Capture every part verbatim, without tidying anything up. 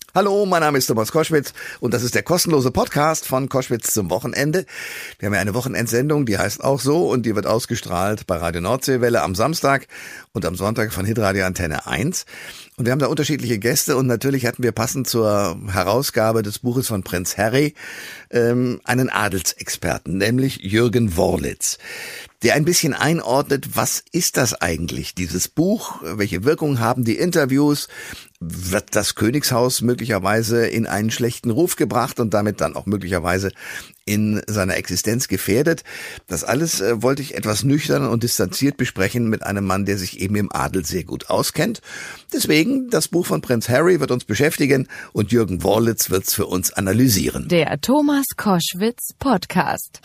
Hallo, mein Name ist Thomas Koschwitz und das ist der kostenlose Podcast von Koschwitz zum Wochenende. Wir haben ja eine Wochenendsendung, die heißt auch so und die wird ausgestrahlt bei Radio Nordseewelle am Samstag und am Sonntag von Hitradio Antenne eins. Und wir haben da unterschiedliche Gäste und natürlich hatten wir passend zur Herausgabe des Buches von Prinz Harry ähm, einen Adelsexperten, nämlich Jürgen Worlitz, der ein bisschen einordnet, was ist das eigentlich, dieses Buch, welche Wirkung haben die Interviews, wird das Königshaus möglicherweise in einen schlechten Ruf gebracht und damit dann auch möglicherweise in seiner Existenz gefährdet. Das alles äh, wollte ich etwas nüchtern und distanziert besprechen mit einem Mann, der sich eben im Adel sehr gut auskennt. Deswegen, das Buch von Prinz Harry wird uns beschäftigen und Jürgen Worlitz wird's für uns analysieren. Der Thomas Koschwitz Podcast.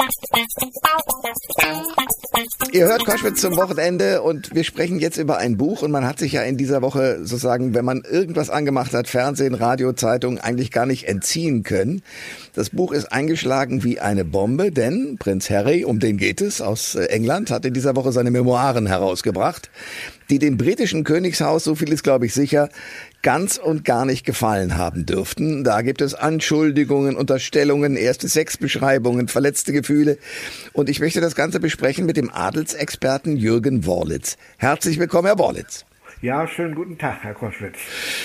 Ihr hört Koschwitz zum Wochenende und wir sprechen jetzt über ein Buch und man hat sich ja in dieser Woche sozusagen, wenn man irgendwas angemacht hat, Fernsehen, Radio, Zeitung, eigentlich gar nicht entziehen können. Das Buch ist eingeschlagen wie eine Bombe, denn Prinz Harry, um den geht es, aus England, hat in dieser Woche seine Memoiren herausgebracht, die dem britischen Königshaus, so viel ist glaube ich sicher, ganz und gar nicht gefallen haben dürften. Da gibt es Anschuldigungen, Unterstellungen, erste Sexbeschreibungen, verletzte Gefühle. Und ich möchte das Ganze besprechen mit dem Adelsexperten Jürgen Worlitz. Herzlich willkommen, Herr Worlitz. Ja, schönen guten Tag, Herr Koschwitz.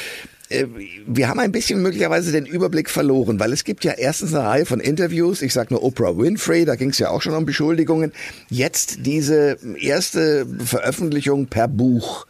Wir haben ein bisschen möglicherweise den Überblick verloren, weil es gibt ja erstens eine Reihe von Interviews, ich sage nur Oprah Winfrey, da ging es ja auch schon um Beschuldigungen. Jetzt diese erste Veröffentlichung per Buch.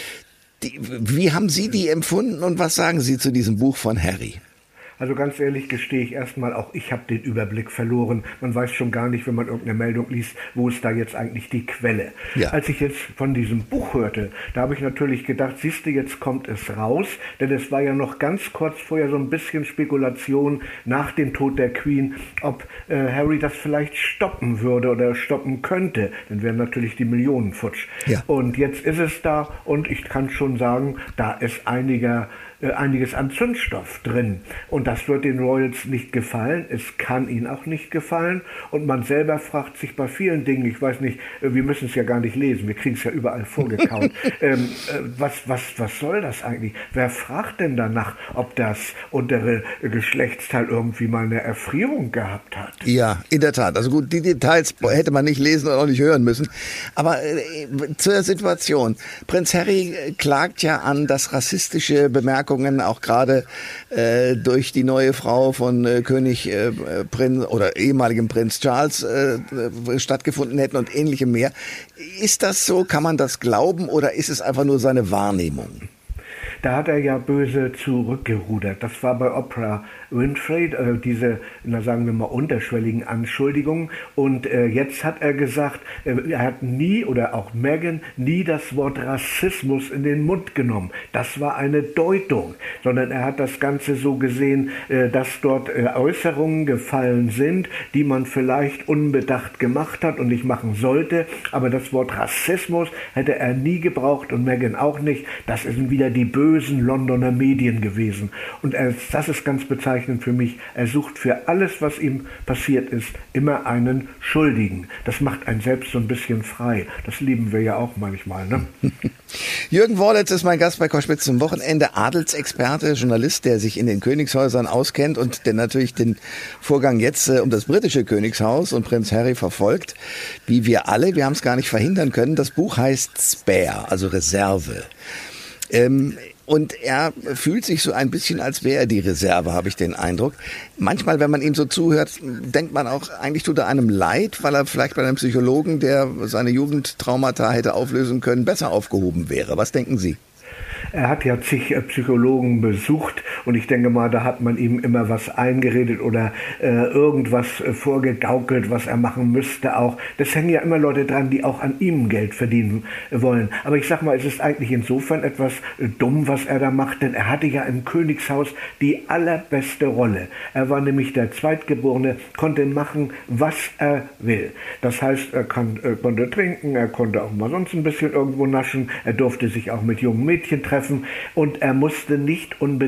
Die, wie haben Sie die empfunden und was sagen Sie zu diesem Buch von Harry? Also ganz ehrlich gestehe ich erstmal, auch ich habe den Überblick verloren. Man weiß schon gar nicht, wenn man irgendeine Meldung liest, wo ist da jetzt eigentlich die Quelle. Ja. Als ich jetzt von diesem Buch hörte, da habe ich natürlich gedacht, siehst du, jetzt kommt es raus, denn es war ja noch ganz kurz vorher so ein bisschen Spekulation nach dem Tod der Queen, ob äh, Harry das vielleicht stoppen würde oder stoppen könnte. Dann wären natürlich die Millionen futsch. Ja. Und jetzt ist es da und ich kann schon sagen, da ist einiger einiges an Zündstoff drin. Und das wird den Royals nicht gefallen. Es kann ihnen auch nicht gefallen. Und man selber fragt sich bei vielen Dingen, ich weiß nicht, wir müssen es ja gar nicht lesen, wir kriegen es ja überall vorgekaut. ähm, was, was, was soll das eigentlich? Wer fragt denn danach, ob das untere Geschlechtsteil irgendwie mal eine Erfrierung gehabt hat? Ja, in der Tat. Also gut, die Details hätte man nicht lesen und auch nicht hören müssen. Aber äh, zur Situation. Prinz Harry klagt ja an, dass rassistische Bemerkungen auch gerade äh, durch die neue Frau von äh, König äh, Prinz oder ehemaligem Prinz Charles äh, stattgefunden hätten und ähnlichem mehr. Ist das so? Kann man das glauben oder ist es einfach nur seine Wahrnehmung? Da hat er ja böse zurückgerudert. Das war bei Oprah Winfrey, äh, diese, na sagen wir mal, unterschwelligen Anschuldigungen. Und äh, jetzt hat er gesagt, äh, er hat nie, oder auch Meghan, nie das Wort Rassismus in den Mund genommen. Das war eine Deutung, sondern er hat das Ganze so gesehen, äh, dass dort äh, Äußerungen gefallen sind, die man vielleicht unbedacht gemacht hat und nicht machen sollte. Aber das Wort Rassismus hätte er nie gebraucht und Meghan auch nicht. Das sind wieder die bösen Londoner Medien gewesen. Und er, das ist ganz bezeichnend für mich. Er sucht für alles, was ihm passiert ist, immer einen Schuldigen. Das macht einen selbst so ein bisschen frei. Das lieben wir ja auch manchmal, ne? Jürgen Worlitz ist mein Gast bei Koschwitz zum Wochenende. Adelsexperte, Journalist, der sich in den Königshäusern auskennt und der natürlich den Vorgang jetzt äh, um das britische Königshaus und Prinz Harry verfolgt. Wie wir alle, wir haben es gar nicht verhindern können. Das Buch heißt Spare, also Reserve. Ähm, Und er fühlt sich so ein bisschen, als wäre er die Reserve, habe ich den Eindruck. Manchmal, wenn man ihm so zuhört, denkt man auch, eigentlich tut er einem leid, weil er vielleicht bei einem Psychologen, der seine Jugendtraumata hätte auflösen können, besser aufgehoben wäre. Was denken Sie? Er hat ja zig Psychologen besucht und ich denke mal, da hat man ihm immer was eingeredet oder äh, irgendwas äh, vorgegaukelt, was er machen müsste auch. Das hängen ja immer Leute dran, die auch an ihm Geld verdienen wollen. Aber ich sag mal, es ist eigentlich insofern etwas äh, dumm, was er da macht, denn er hatte ja im Königshaus die allerbeste Rolle. Er war nämlich der Zweitgeborene, konnte machen, was er will. Das heißt, er kann, äh, konnte trinken, er konnte auch mal sonst ein bisschen irgendwo naschen, er durfte sich auch mit jungen Mädchen treffen und er musste nicht unbedingt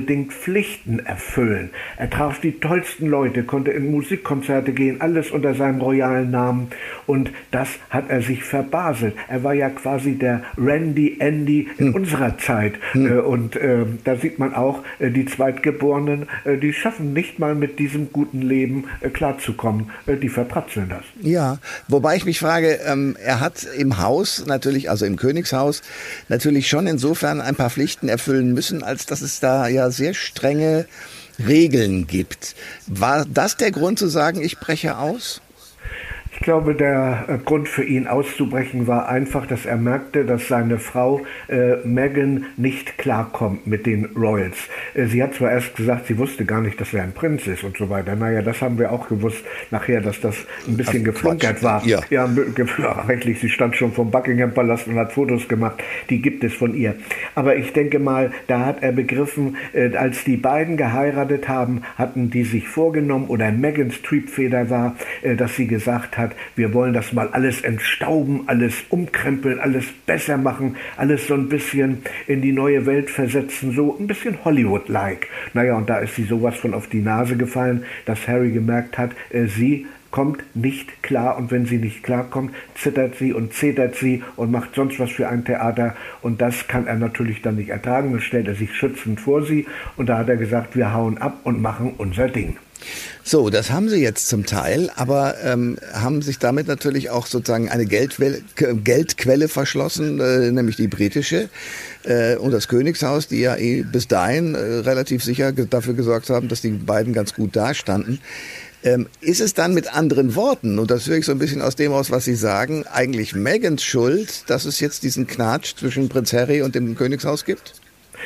Pflichten erfüllen. Er traf die tollsten Leute, konnte in Musikkonzerte gehen, alles unter seinem royalen Namen. Und das hat er sich verbaselt. Er war ja quasi der Randy Andy in hm. unserer Zeit. Hm. Und äh, da sieht man auch, äh, die Zweitgeborenen, äh, die schaffen nicht mal mit diesem guten Leben äh, klarzukommen. Äh, die verpratzeln das. Ja, wobei ich mich frage, ähm, er hat im Haus natürlich, also im Königshaus, natürlich schon insofern ein paar Pflichten erfüllen müssen, als dass es da ja sehr strenge Regeln gibt. War das der Grund zu sagen, ich breche aus? Ich glaube, der äh, Grund für ihn auszubrechen war einfach, dass er merkte, dass seine Frau äh, Meghan nicht klarkommt mit den Royals. Äh, sie hat zwar erst gesagt, sie wusste gar nicht, dass er ein Prinz ist und so weiter. Naja, das haben wir auch gewusst nachher, dass das ein bisschen Ach, geflunkert war. Ja, ja, rechtlich, sie stand schon vom Buckingham Palast und hat Fotos gemacht. Die gibt es von ihr. Aber ich denke mal, da hat er begriffen, äh, als die beiden geheiratet haben, hatten die sich vorgenommen, oder Meghans Triebfeder war, äh, dass sie gesagt hat, wir wollen das mal alles entstauben, alles umkrempeln, alles besser machen, alles so ein bisschen in die neue Welt versetzen, so ein bisschen Hollywood-like. Naja, und da ist sie sowas von auf die Nase gefallen, dass Harry gemerkt hat, äh, sie kommt nicht klar, und wenn sie nicht klarkommt, zittert sie und zetert sie und macht sonst was für ein Theater, und das kann er natürlich dann nicht ertragen. Dann stellt er sich schützend vor sie, und da hat er gesagt, wir hauen ab und machen unser Ding. So, das haben sie jetzt zum Teil, aber ähm, haben sich damit natürlich auch sozusagen eine Geldquelle, Geldquelle verschlossen, äh, nämlich die britische äh, und das Königshaus, die ja eh bis dahin äh, relativ sicher ge- dafür gesorgt haben, dass die beiden ganz gut dastanden. Ähm, ist es dann mit anderen Worten, und das höre ich so ein bisschen aus dem aus, was Sie sagen, eigentlich Meghans Schuld, dass es jetzt diesen Knatsch zwischen Prinz Harry und dem Königshaus gibt?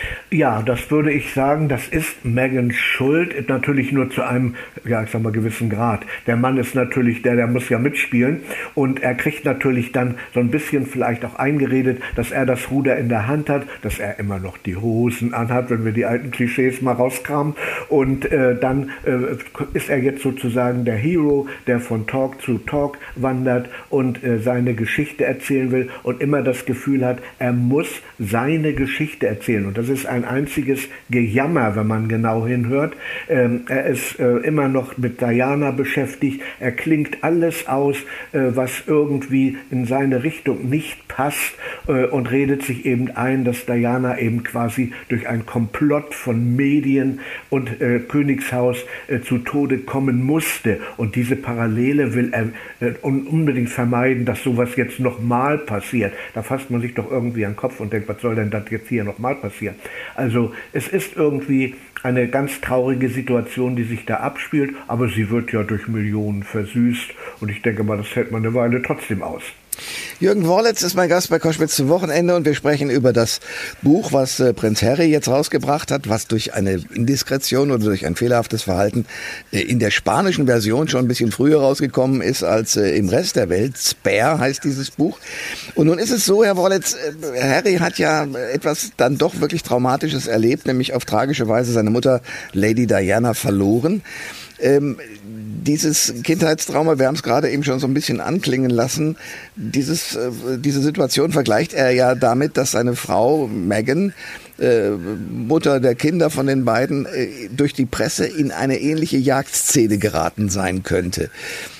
Ja, das würde ich sagen, das ist Meghans Schuld, natürlich nur zu einem, ja, ich sag mal, gewissen Grad. Der Mann ist natürlich der, der muss ja mitspielen, und er kriegt natürlich dann so ein bisschen vielleicht auch eingeredet, dass er das Ruder in der Hand hat, dass er immer noch die Hosen anhat, wenn wir die alten Klischees mal rauskramen, und äh, dann äh, ist er jetzt sozusagen der Hero, der von Talk zu Talk wandert und äh, seine Geschichte erzählen will und immer das Gefühl hat, er muss seine Geschichte erzählen, und das ist ein einziges Gejammer, wenn man genau hinhört. Ähm, er ist äh, immer noch mit Diana beschäftigt. Er klingt alles aus, äh, was irgendwie in seine Richtung nicht passt, äh, und redet sich eben ein, dass Diana eben quasi durch ein Komplott von Medien und äh, Königshaus äh, zu Tode kommen musste. Und diese Parallele will er äh, unbedingt vermeiden, dass sowas jetzt nochmal passiert. Da fasst man sich doch irgendwie an den Kopf und denkt, was soll denn das jetzt hier nochmal passieren? Also es ist irgendwie eine ganz traurige Situation, die sich da abspielt, aber sie wird ja durch Millionen versüßt, und ich denke mal, das hält man eine Weile trotzdem aus. Jürgen Worlitz ist mein Gast bei Koschwitz zum Wochenende, und wir sprechen über das Buch, was äh, Prinz Harry jetzt rausgebracht hat, was durch eine Indiskretion oder durch ein fehlerhaftes Verhalten äh, in der spanischen Version schon ein bisschen früher rausgekommen ist als äh, im Rest der Welt. Spare heißt dieses Buch. Und nun ist es so, Herr Worlitz, äh, Harry hat ja etwas dann doch wirklich Traumatisches erlebt, nämlich auf tragische Weise seine Mutter Lady Diana verloren. Ähm, dieses Kindheitstrauma, wir haben es gerade eben schon so ein bisschen anklingen lassen, dieses, äh, diese Situation vergleicht er ja damit, dass seine Frau Meghan, äh, Mutter der Kinder von den beiden, äh, durch die Presse in eine ähnliche Jagdszene geraten sein könnte.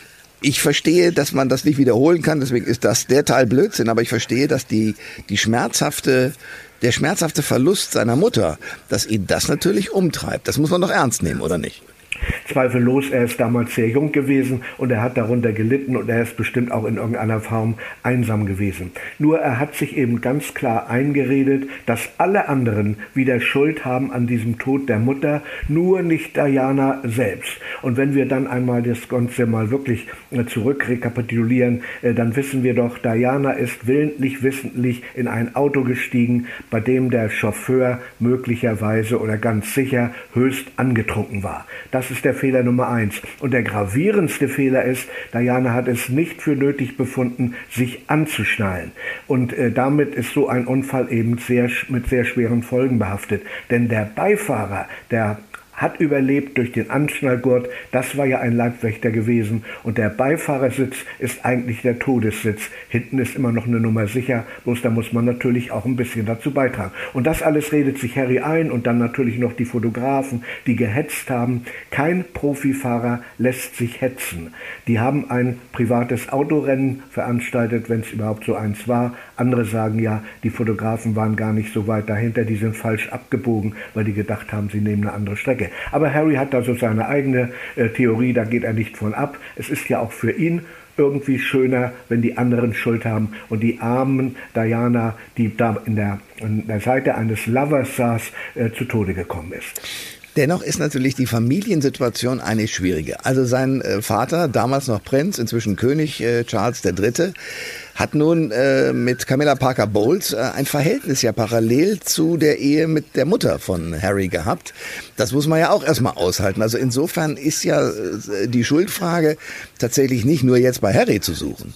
Ich verstehe, dass man das nicht wiederholen kann, deswegen ist das der Teil Blödsinn, aber ich verstehe, dass die, die schmerzhafte, der schmerzhafte Verlust seiner Mutter, dass ihn das natürlich umtreibt. Das muss man doch ernst nehmen, oder nicht? Zweifellos, er ist damals sehr jung gewesen und er hat darunter gelitten und er ist bestimmt auch in irgendeiner Form einsam gewesen. Nur er hat sich eben ganz klar eingeredet, dass alle anderen wieder Schuld haben an diesem Tod der Mutter, nur nicht Diana selbst. Und wenn wir dann einmal das Ganze mal wirklich zurück rekapitulieren, dann wissen wir doch, Diana ist willentlich, wissentlich in ein Auto gestiegen, bei dem der Chauffeur möglicherweise oder ganz sicher höchst angetrunken war. Das ist der Fehler Nummer eins. Und der gravierendste Fehler ist, Diana hat es nicht für nötig befunden, sich anzuschnallen. Und äh, damit ist so ein Unfall eben sehr, mit sehr schweren Folgen behaftet. Denn der Beifahrer, der hat überlebt durch den Anschnallgurt. Das war ja ein Leibwächter gewesen. Und der Beifahrersitz ist eigentlich der Todessitz. Hinten ist immer noch eine Nummer sicher, bloß da muss man natürlich auch ein bisschen dazu beitragen. Und das alles redet sich Harry ein und dann natürlich noch die Fotografen, die gehetzt haben. Kein Profifahrer lässt sich hetzen. Die haben ein privates Autorennen veranstaltet, wenn es überhaupt so eins war. Andere sagen ja, die Fotografen waren gar nicht so weit dahinter, die sind falsch abgebogen, weil die gedacht haben, sie nehmen eine andere Strecke. Aber Harry hat da so seine eigene äh, Theorie, da geht er nicht von ab. Es ist ja auch für ihn irgendwie schöner, wenn die anderen Schuld haben und die armen Diana, die da in der, an der Seite eines Lovers saß, äh, zu Tode gekommen ist. Dennoch ist natürlich die Familiensituation eine schwierige. Also sein äh, Vater, damals noch Prinz, inzwischen König äh, Charles der Dritte, hat nun äh, mit Camilla Parker Bowles äh, ein Verhältnis ja parallel zu der Ehe mit der Mutter von Harry gehabt. Das muss man ja auch erstmal aushalten. Also insofern ist ja äh, die Schuldfrage tatsächlich nicht nur jetzt bei Harry zu suchen.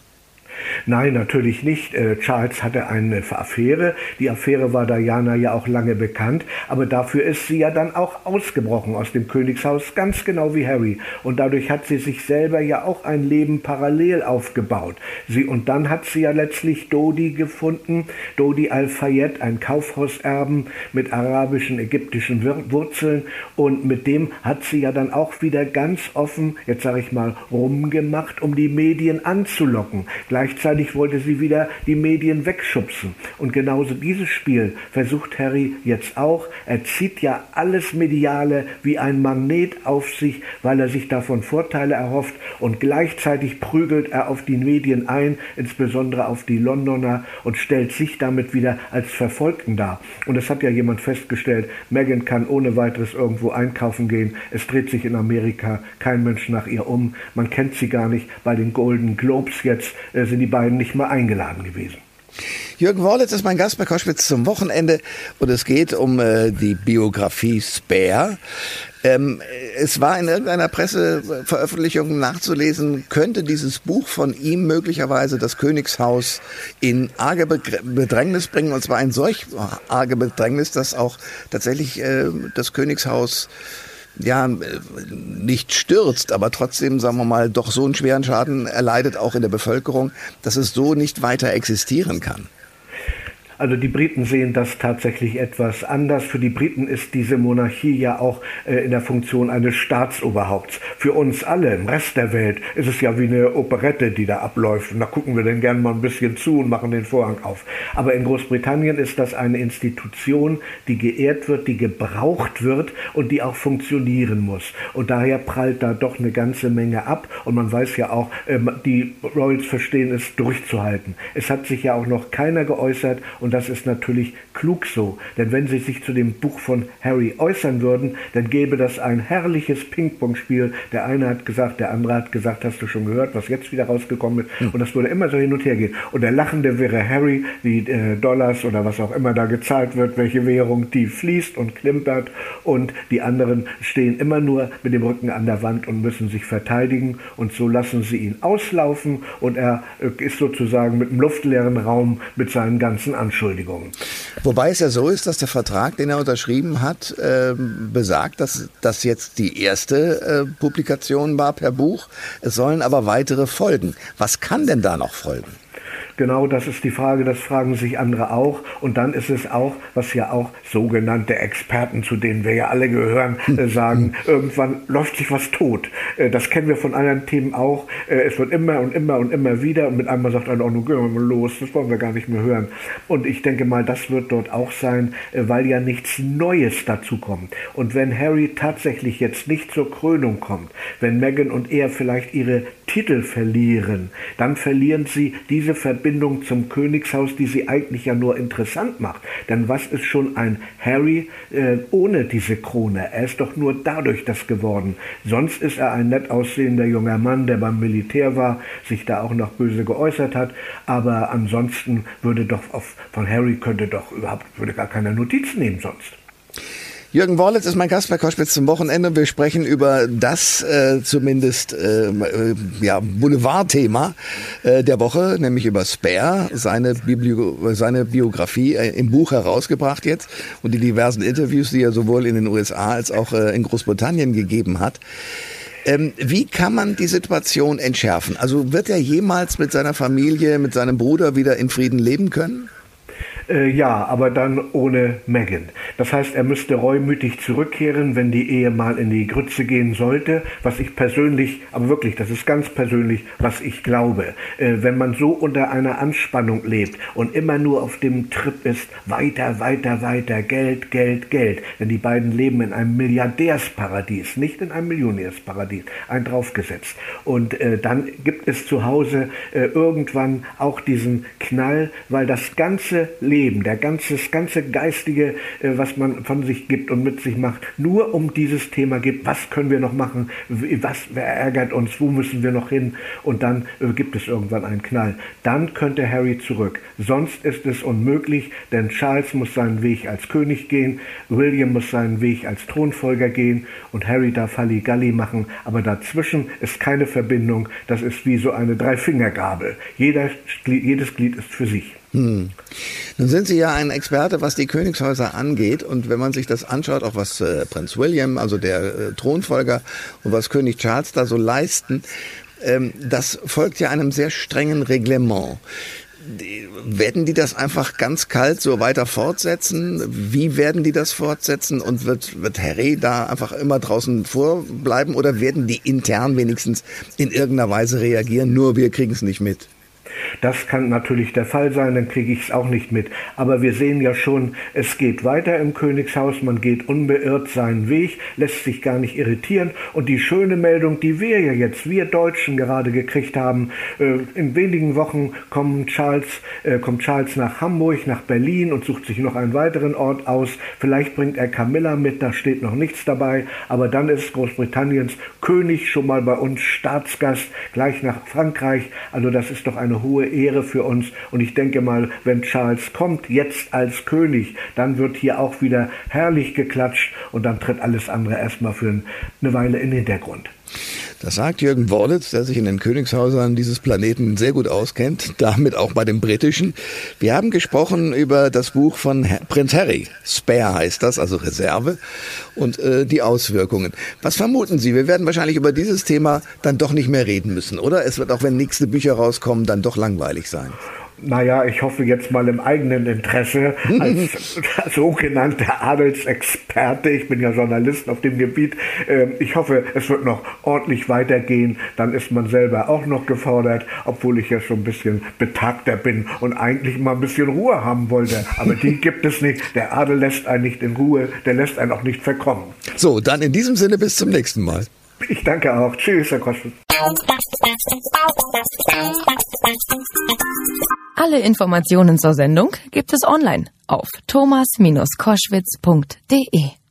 Nein, natürlich nicht. Charles hatte eine Affäre. Die Affäre war Diana ja auch lange bekannt, aber dafür ist sie ja dann auch ausgebrochen aus dem Königshaus, ganz genau wie Harry. Und dadurch hat sie sich selber ja auch ein Leben parallel aufgebaut. Sie, und dann hat sie ja letztlich Dodi gefunden, Dodi Al-Fayed, ein Kaufhauserben mit arabischen, ägyptischen Wurzeln. Und mit dem hat sie ja dann auch wieder ganz offen, jetzt sage ich mal, rumgemacht, um die Medien anzulocken. Gleichzeitig wollte sie wieder die Medien wegschubsen. Und genauso dieses Spiel versucht Harry jetzt auch. Er zieht ja alles Mediale wie ein Magnet auf sich, weil er sich davon Vorteile erhofft. Und gleichzeitig prügelt er auf die Medien ein, insbesondere auf die Londoner, und stellt sich damit wieder als Verfolgten dar. Und es hat ja jemand festgestellt, Meghan kann ohne weiteres irgendwo einkaufen gehen. Es dreht sich in Amerika kein Mensch nach ihr um. Man kennt sie gar nicht. Bei den Golden Globes jetzt äh, sind die beiden nicht mal eingeladen gewesen. Jürgen Worlitz ist mein Gast bei Koschwitz zum Wochenende und es geht um äh, die Biografie Spare. Ähm, es war in irgendeiner Presseveröffentlichung nachzulesen, könnte dieses Buch von ihm möglicherweise das Königshaus in arge Bedrängnis bringen, und zwar ein solch arge Bedrängnis, dass auch tatsächlich äh, das Königshaus ja, nicht stürzt, aber trotzdem, sagen wir mal, doch so einen schweren Schaden erleidet, auch in der Bevölkerung, dass es so nicht weiter existieren kann. Also die Briten sehen das tatsächlich etwas anders. Für die Briten ist diese Monarchie ja auch äh, in der Funktion eines Staatsoberhaupts. Für uns alle im Rest der Welt ist es ja wie eine Operette, die da abläuft. Und da gucken wir dann gerne mal ein bisschen zu und machen den Vorhang auf. Aber in Großbritannien ist das eine Institution, die geehrt wird, die gebraucht wird und die auch funktionieren muss. Und daher prallt da doch eine ganze Menge ab. Und man weiß ja auch, äh, die Royals verstehen es durchzuhalten. Es hat sich ja auch noch keiner geäußert. Und das ist natürlich klug so, denn wenn sie sich zu dem Buch von Harry äußern würden, dann gäbe das ein herrliches Ping-Pong-Spiel. Der eine hat gesagt, der andere hat gesagt, hast du schon gehört, was jetzt wieder rausgekommen ist? Und das würde immer so hin und her gehen. Und der Lachende wäre Harry, die äh, Dollars oder was auch immer da gezahlt wird, welche Währung die fließt und klimpert. Und die anderen stehen immer nur mit dem Rücken an der Wand und müssen sich verteidigen. Und so lassen sie ihn auslaufen und er äh, ist sozusagen mit einem luftleeren Raum mit seinen ganzen Anschuldigungen. Wobei es ja so ist, dass der Vertrag, den er unterschrieben hat, äh, besagt, dass das jetzt die erste äh, Publikation war per Buch. Es sollen aber weitere folgen. Was kann denn da noch folgen? Genau, das ist die Frage, das fragen sich andere auch. Und dann ist es auch, was ja auch sogenannte Experten, zu denen wir ja alle gehören, äh, sagen, irgendwann läuft sich was tot. Äh, das kennen wir von anderen Themen auch. Äh, es wird immer und immer und immer wieder und mit einmal sagt einer, oh, nun gehen wir mal los, das wollen wir gar nicht mehr hören. Und ich denke mal, das wird dort auch sein, äh, weil ja nichts Neues dazu kommt. Und wenn Harry tatsächlich jetzt nicht zur Krönung kommt, wenn Meghan und er vielleicht ihre Titel verlieren, dann verlieren sie diese Verbindung zum Königshaus, die sie eigentlich ja nur interessant macht. Denn was ist schon ein Harry äh, ohne diese Krone? Er ist doch nur dadurch das geworden. Sonst ist er ein nett aussehender junger Mann, der beim Militär war, sich da auch noch böse geäußert hat. Aber ansonsten würde doch auf, von Harry könnte doch überhaupt würde gar keiner Notiz nehmen sonst. Jürgen Worlitz ist mein Gast bei Koschwitz zum Wochenende. Wir sprechen über das äh, zumindest äh, äh, ja, Boulevardthema äh, der Woche, nämlich über Spare, seine, Biblio- seine Biografie äh, im Buch herausgebracht jetzt und die diversen Interviews, die er sowohl in den U S A als auch äh, in Großbritannien gegeben hat. Ähm, wie kann man die Situation entschärfen? Also wird er jemals mit seiner Familie, mit seinem Bruder wieder in Frieden leben können? Äh, ja, aber dann ohne Meghan. Das heißt, er müsste reumütig zurückkehren, wenn die Ehe mal in die Grütze gehen sollte, was ich persönlich, aber wirklich, das ist ganz persönlich, was ich glaube. Äh, wenn man so unter einer Anspannung lebt und immer nur auf dem Trip ist, weiter, weiter, weiter, Geld, Geld, Geld, denn die beiden leben in einem Milliardärsparadies, nicht in einem Millionärsparadies, ein draufgesetzt. Und äh, dann gibt es zu Hause äh, irgendwann auch diesen Knall, weil das ganze Leben, der ganze, das ganze Geistige, äh, was man von sich gibt und mit sich macht, nur um dieses Thema gibt, was können wir noch machen, was, wer ärgert uns, wo müssen wir noch hin, und dann äh, gibt es irgendwann einen Knall. Dann könnte Harry zurück. Sonst ist es unmöglich, denn Charles muss seinen Weg als König gehen, William muss seinen Weg als Thronfolger gehen und Harry darf Halligalli machen, aber dazwischen ist keine Verbindung, das ist wie so eine Dreifingergabel. Jeder, jedes Glied ist für sich. Hm. Nun sind Sie ja ein Experte, was die Königshäuser angeht, und wenn man sich das anschaut, auch was äh, Prinz William, also der äh, Thronfolger, und was König Charles da so leisten, ähm, das folgt ja einem sehr strengen Reglement. Die, werden die das einfach ganz kalt so weiter fortsetzen? Wie werden die das fortsetzen? Und wird, wird Harry da einfach immer draußen vorbleiben, oder werden die intern wenigstens in irgendeiner Weise reagieren? Nur wir kriegen es nicht mit. Das kann natürlich der Fall sein, dann kriege ich es auch nicht mit. Aber wir sehen ja schon, es geht weiter im Königshaus, man geht unbeirrt seinen Weg, lässt sich gar nicht irritieren. Und die schöne Meldung, die wir ja jetzt, wir Deutschen gerade gekriegt haben, äh, in wenigen Wochen kommen Charles, äh, kommt Charles nach Hamburg, nach Berlin und sucht sich noch einen weiteren Ort aus. Vielleicht bringt er Camilla mit, da steht noch nichts dabei. Aber dann ist Großbritanniens König schon mal bei uns Staatsgast, gleich nach Frankreich. Also das ist doch eine hohe Ehre für uns, und ich denke mal, wenn Charles kommt, jetzt als König, dann wird hier auch wieder herrlich geklatscht, und dann tritt alles andere erstmal für eine Weile in den Hintergrund. Das sagt Jürgen Worlitz, der sich in den Königshäusern dieses Planeten sehr gut auskennt, damit auch bei den britischen. Wir haben gesprochen über das Buch von Prinz Harry, Spare heißt das, also Reserve, und äh, die Auswirkungen. Was vermuten Sie? Wir werden wahrscheinlich über dieses Thema dann doch nicht mehr reden müssen, oder? Es wird auch, wenn nächste Bücher rauskommen, dann doch langweilig sein. Naja, ich hoffe jetzt mal im eigenen Interesse, als sogenannter Adelsexperte, ich bin ja Journalist auf dem Gebiet, äh, ich hoffe, es wird noch ordentlich weitergehen, dann ist man selber auch noch gefordert, obwohl ich ja schon ein bisschen betagter bin und eigentlich mal ein bisschen Ruhe haben wollte, aber die gibt es nicht, der Adel lässt einen nicht in Ruhe, der lässt einen auch nicht verkommen. So, dann in diesem Sinne bis zum nächsten Mal. Ich danke auch. Tschüss, Herr Koschwitz. Alle Informationen zur Sendung gibt es online auf thomas Bindestrich koschwitz punkt de.